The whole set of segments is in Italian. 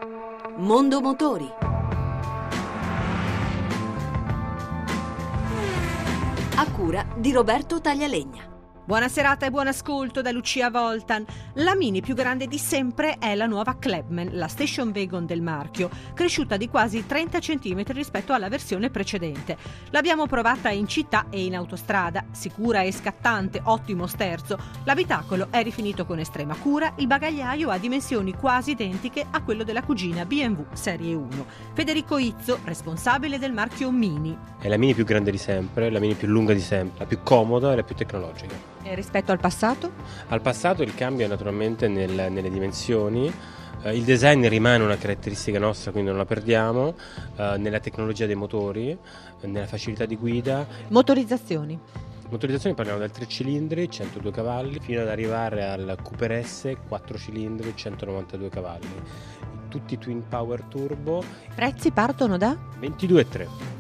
Mondo Motori. A cura di Roberto Taglialegna. Buona serata e buon ascolto da Lucia Voltan. La Mini più grande di sempre è la nuova Clubman, la station wagon del marchio, cresciuta di quasi 30 cm rispetto alla versione precedente. L'abbiamo provata in città e in autostrada, sicura e scattante, ottimo sterzo. L'abitacolo è rifinito con estrema cura, il bagagliaio ha dimensioni quasi identiche a quello della cugina BMW Serie 1. Federico Izzo, responsabile del marchio Mini. È la Mini più grande di sempre, la Mini più lunga di sempre, la più comoda e la più tecnologica. E rispetto al passato? Al passato il cambio è naturalmente nelle dimensioni, il design rimane una caratteristica nostra, quindi non la perdiamo, nella tecnologia dei motori, nella facilità di guida. Motorizzazioni Parliamo del 3 cilindri, 102 cavalli, fino ad arrivare al Cooper S 4 cilindri, 192 cavalli. Tutti twin power turbo. Prezzi partono da? 22,3.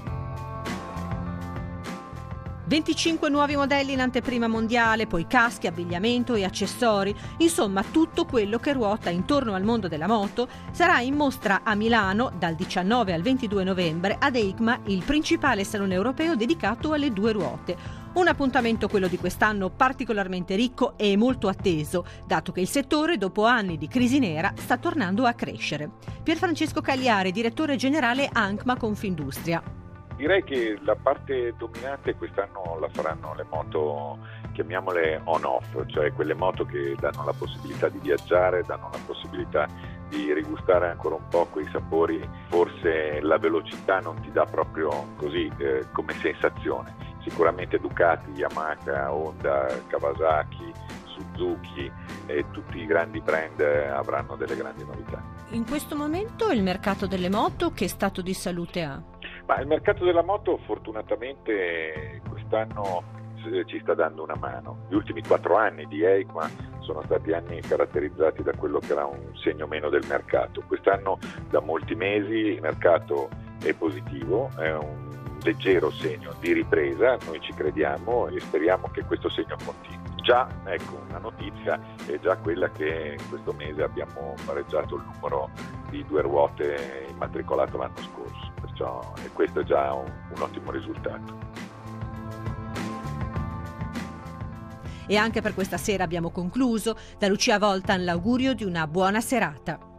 25 nuovi modelli in anteprima mondiale, poi caschi, abbigliamento e accessori, insomma tutto quello che ruota intorno al mondo della moto sarà in mostra a Milano dal 19 al 22 novembre ad EICMA, il principale salone europeo dedicato alle due ruote. Un appuntamento, quello di quest'anno, particolarmente ricco e molto atteso, dato che il settore, dopo anni di crisi nera, sta tornando a crescere. Pierfrancesco Cagliari, direttore generale ANCMA Confindustria. Direi che la parte dominante quest'anno la faranno le moto, chiamiamole on-off, cioè quelle moto che danno la possibilità di viaggiare, danno la possibilità di rigustare ancora un po' quei sapori. Forse la velocità non ti dà proprio così come sensazione. Sicuramente Ducati, Yamaha, Honda, Kawasaki, Suzuki e tutti i grandi brand avranno delle grandi novità. In questo momento il mercato delle moto che stato di salute ha? Ma il mercato della moto fortunatamente quest'anno ci sta dando una mano. Gli ultimi 4 anni di EICMA sono stati anni caratterizzati da quello che era un segno meno del mercato. Quest'anno da molti mesi il mercato è positivo, è un leggero segno di ripresa, noi ci crediamo e speriamo che questo segno continui. Già, ecco, una notizia è già quella che in questo mese abbiamo pareggiato il numero di due ruote immatricolato l'anno scorso, perciò questo è già un ottimo risultato. E anche per questa sera abbiamo concluso. Da Lucia Voltan l'augurio di una buona serata.